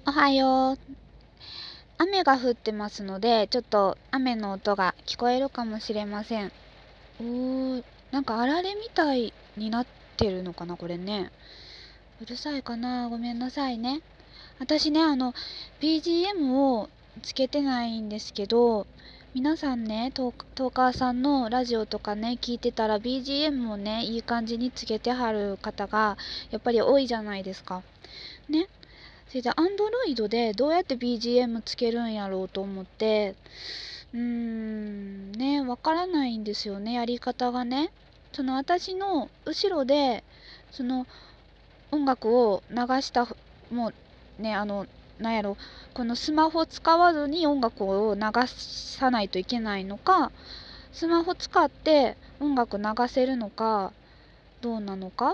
おはよう。雨が降ってますので、ちょっと雨の音が聞こえるかもしれません。おー、なんかあられみたいになってるのかな、これね。うるさいかな、ごめんなさいね。私ね、BGM をつけてないんですけど、皆さんね、トーカーさんのラジオとかね、聞いてたら BGM をね、いい感じにつけてはる方が、やっぱり多いじゃないですか。ね。それで Android でどうやって BGM つけるんやろうと思って、ね、わからないんですよね、やり方がね。その私の後ろで、その音楽を流した、もうね、なんやろ、このスマホ使わずに音楽を流さないといけないのか、スマホ使って音楽流せるのか、どうなのか。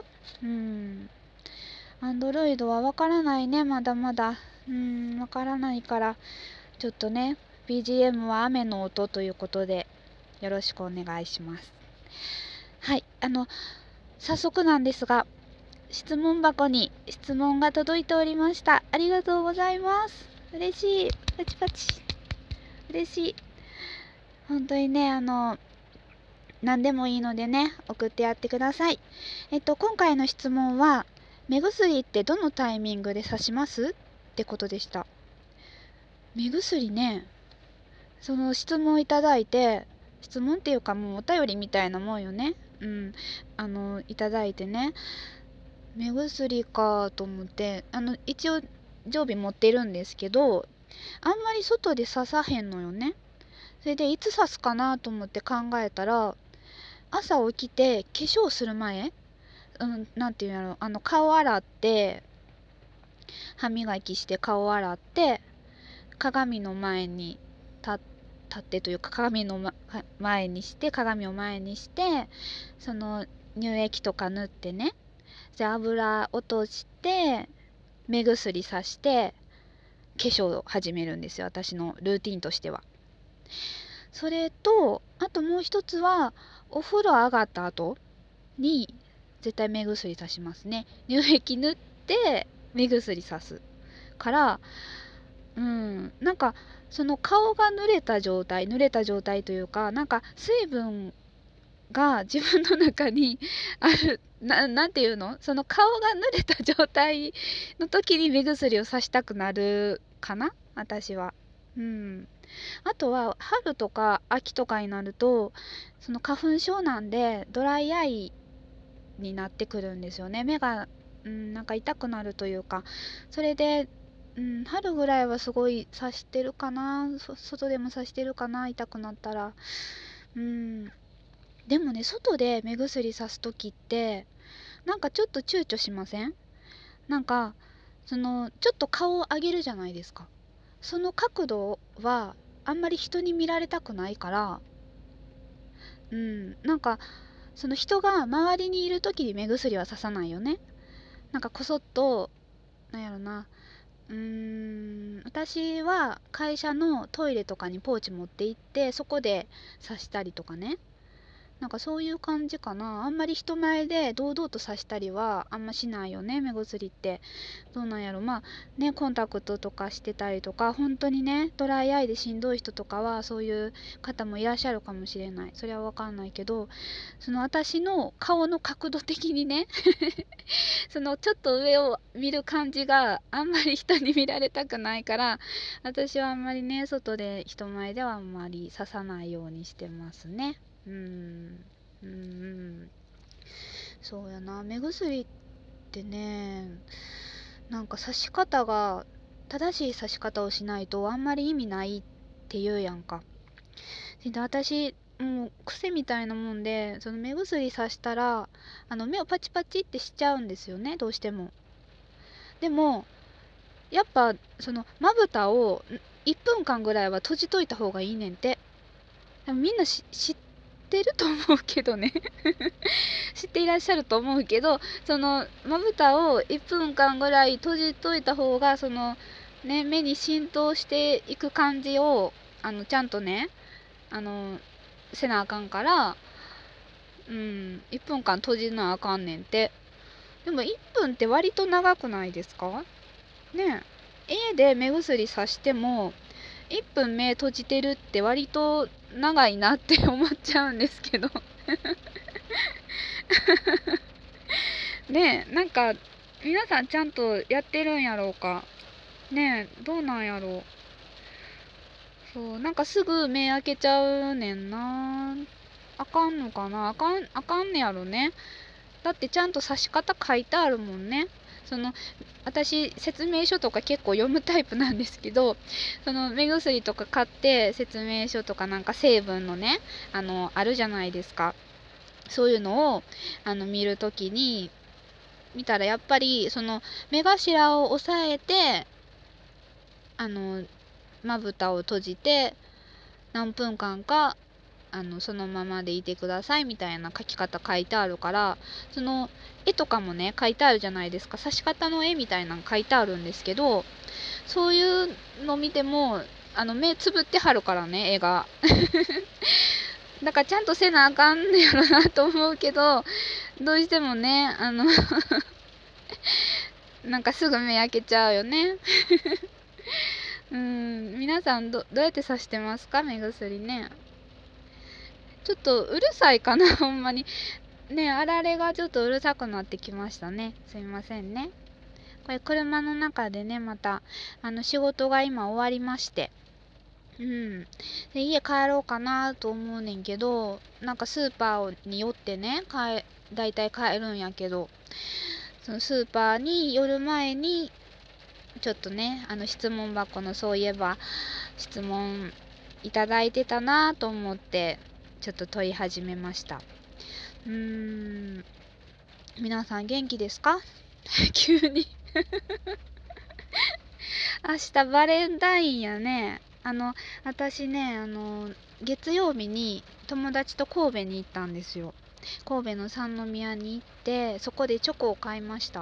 アンドロイドはわからないね、まだまだ。わからないから、ちょっとね、BGM は雨の音ということで、よろしくお願いします。はい、早速なんですが、質問箱に質問が届いておりました。ありがとうございます。嬉しい。パチパチ。嬉しい。本当にね、何でもいいのでね、送ってやってください。今回の質問は、目薬ってどのタイミングで刺しますってことでした。目薬ね、その質問いただいて、質問っていうかもうお便りみたいなもんよね。いただいてね、目薬かと思って、一応常備持ってるんですけど、あんまり外で刺さへんのよね。それでいつ刺すかなと思って考えたら、朝起きて化粧する前、なんていうんやろ、顔洗って、歯磨きして顔洗って、鏡の前に立ってというか鏡の、前にして鏡を前にして、その乳液とか塗ってね、で油落として目薬さして化粧を始めるんですよ、私のルーティンとしては。それとあともう一つは、お風呂上がった後に絶対目薬さしますね。乳液塗って目薬さすから、なんかその顔が濡れた状態というか、なんか水分が自分の中にある、なんていうの、その顔が濡れた状態の時に目薬をさしたくなるかな、私は。あとは春とか秋とかになると、その花粉症なんでドライアイになってくるんですよね。目が、なんか痛くなるというか、それで、春ぐらいはすごい刺してるかな、外でも刺してるかな、痛くなったら。うん、でもね、外で目薬さす時って、なんかちょっと躊躇しません？なんか、ちょっと顔を上げるじゃないですか。その角度は、あんまり人に見られたくないから、なんか、その人が周りにいる時に目薬はささないよね。なんかこそっと、なんやろな、私は会社のトイレとかにポーチ持って行ってそこで刺したりとかね、なんかそういう感じかな。あんまり人前で堂々と刺したりはあんましないよね、目薬って。どうなんやろ。まあね、コンタクトとかしてたりとか、本当にね、ドライアイでしんどい人とかはそういう方もいらっしゃるかもしれない。それはわかんないけど、その私の顔の角度的にね、そのちょっと上を見る感じがあんまり人に見られたくないから、私はあんまりね、外で人前ではあんまり刺さないようにしてますね。うーん、うん、そうやな。目薬ってね、なんか刺し方が、正しい刺し方をしないとあんまり意味ないって言うやんか。で、私、もう癖みたいなもんで、その目薬さしたら、目をパチパチってしちゃうんですよね、どうしても。でも、やっぱ、その、まぶたを1分間ぐらいは閉じといた方がいいねんって。でもみんな知ってると思うけどね。知っていらっしゃると思うけど、そのまぶたを1分間ぐらい閉じといた方が、そのね、目に浸透していく感じをちゃんとね、あのせなあかんから、1分間閉じなあかんねんって。でも1分って割と長くないですかね。 家で目薬さしても1分目閉じてるって割と長いなって思っちゃうんですけどねえ、なんか皆さんちゃんとやってるんやろうかねえ、どうなんやろう。そう、なんかすぐ目開けちゃうねんな。あかんのかな、あかんねやろね。だってちゃんと刺し方書いてあるもんね。その私説明書とか結構読むタイプなんですけど、その目薬とか買って説明書とかなんか成分のね、あるじゃないですか。そういうのを見るときに見たら、やっぱりその目頭を押さえてあのまぶたを閉じて何分間かそのままでいてくださいみたいな書き方書いてあるから、その絵とかもね書いてあるじゃないですか。刺し方の絵みたいなの書いてあるんですけど、そういうの見ても目つぶってはるからね、絵がだからちゃんとせなあかんねやろなと思うけど、どうしてもねなんかすぐ目開けちゃうよね皆さんどうやって刺してますか、目薬ね。ちょっとうるさいかなほんまにね。あられがちょっとうるさくなってきましたね。すいませんね。これ車の中でね、また仕事が今終わりまして、で家帰ろうかなと思うねんけど、なんかスーパーに寄ってねだいたい帰るんやけど、そのスーパーに寄る前にちょっとね、質問箱のそういえば質問いただいてたなと思ってちょっと問い始めました。皆さん元気ですか急に明日バレンタインやね。私ね、月曜日に友達と神戸に行ったんですよ。神戸の三宮に行って、そこでチョコを買いました。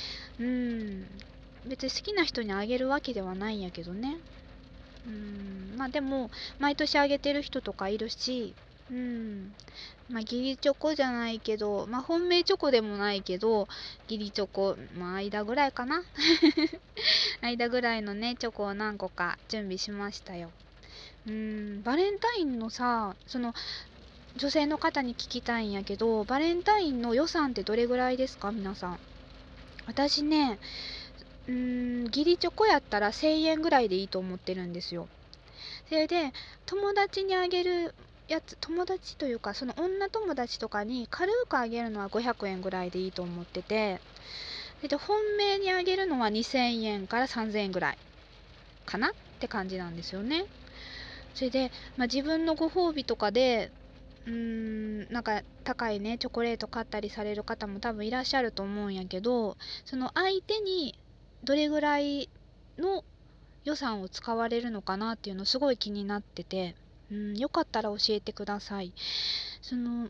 別に好きな人にあげるわけではないんやけどね。まあでも毎年あげてる人とかいるし、まあ義理チョコじゃないけど、まあ本命チョコでもないけど義理チョコ、まあ間ぐらいかな間ぐらいのねチョコを何個か準備しましたよ。バレンタインのさ、その女性の方に聞きたいんやけど、バレンタインの予算ってどれぐらいですか皆さん。私ね、義理チョコやったら1000円ぐらいでいいと思ってるんですよ。それで友達にあげるやつ、友達というかその女友達とかに軽くあげるのは500円ぐらいでいいと思ってて、で本命にあげるのは2000円から3000円ぐらいかなって感じなんですよね。それで、自分のご褒美とかでなんか高いねチョコレート買ったりされる方も多分いらっしゃると思うんやけど、その相手にどれぐらいの予算を使われるのかなっていうのすごい気になってて、よかったら教えてください。その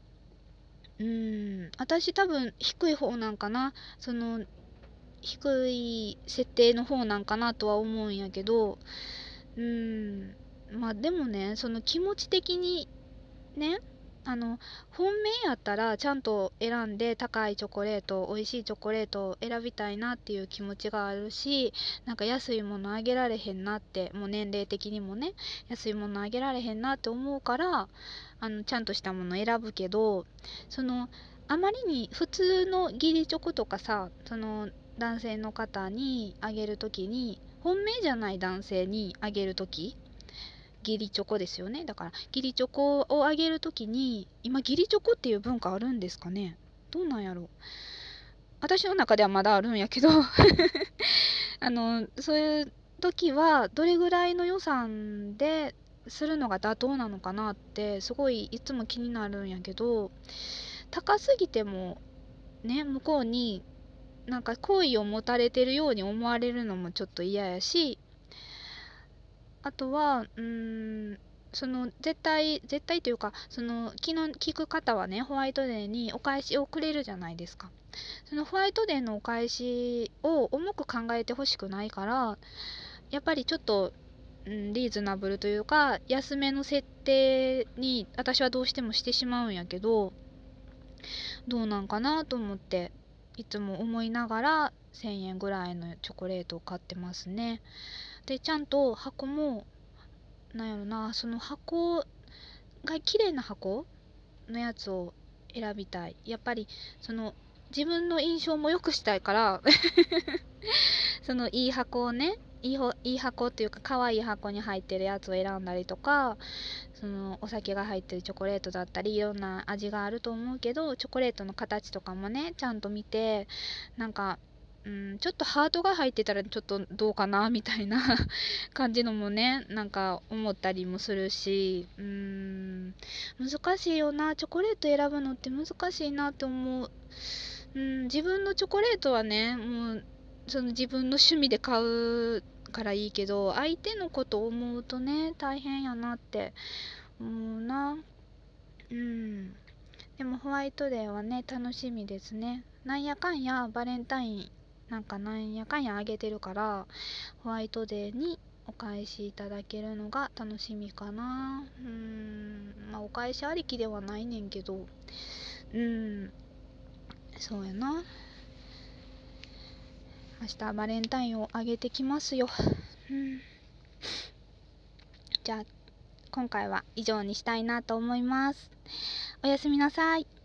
私多分低い方なんかな、その低い設定の方なんかなとは思うんやけど、まあでもね、その気持ち的にね、本命やったらちゃんと選んで高いチョコレート、美味しいチョコレートを選びたいなっていう気持ちがあるし、なんか安いものあげられへんなって、もう年齢的にもね、安いものあげられへんなって思うから、ちゃんとしたもの選ぶけど、その、あまりに普通の義理チョコとかさ、その、男性の方にあげるときに、本命じゃない男性にあげるとき、義理チョコですよね。だから義理チョコをあげるときに、今義理チョコっていう文化あるんですかね。どうなんやろ。私の中ではまだあるんやけどそういう時はどれぐらいの予算でするのが妥当なのかなってすごいいつも気になるんやけど、高すぎてもね、向こうになんか好意を持たれてるように思われるのもちょっと嫌やし、あとはその絶対というか、その聞く方はね、ホワイトデーにお返しをくれるじゃないですか。そのホワイトデーのお返しを重く考えてほしくないから、やっぱりちょっと、リーズナブルというか安めの設定に私はどうしてもしてしまうんやけど、どうなんかなと思っていつも思いながら 1000円ぐらいのチョコレートを買ってますね。でちゃんと箱もなんやろな、その箱が綺麗な箱のやつを選びたい。やっぱりその自分の印象も良くしたいからそのいい箱をね、いい箱っていうか可愛い箱に入ってるやつを選んだりとか、そのお酒が入ってるチョコレートだったりいろんな味があると思うけど、チョコレートの形とかもねちゃんと見て、なんかちょっとハートが入ってたらちょっとどうかなみたいな感じのもね、なんか思ったりもするし、難しいよな、チョコレート選ぶのって難しいなって思う。自分のチョコレートはね、もうその自分の趣味で買うからいいけど、相手のことを思うとね大変やなって思うな。でもホワイトデーはね楽しみですね。なんやかんやバレンタインなんやかんやあげてるから、ホワイトデーにお返しいただけるのが楽しみかな。まあお返しありきではないねんけど、そうやな。明日バレンタインをあげてきますよ。じゃあ今回は以上にしたいなと思います。おやすみなさい。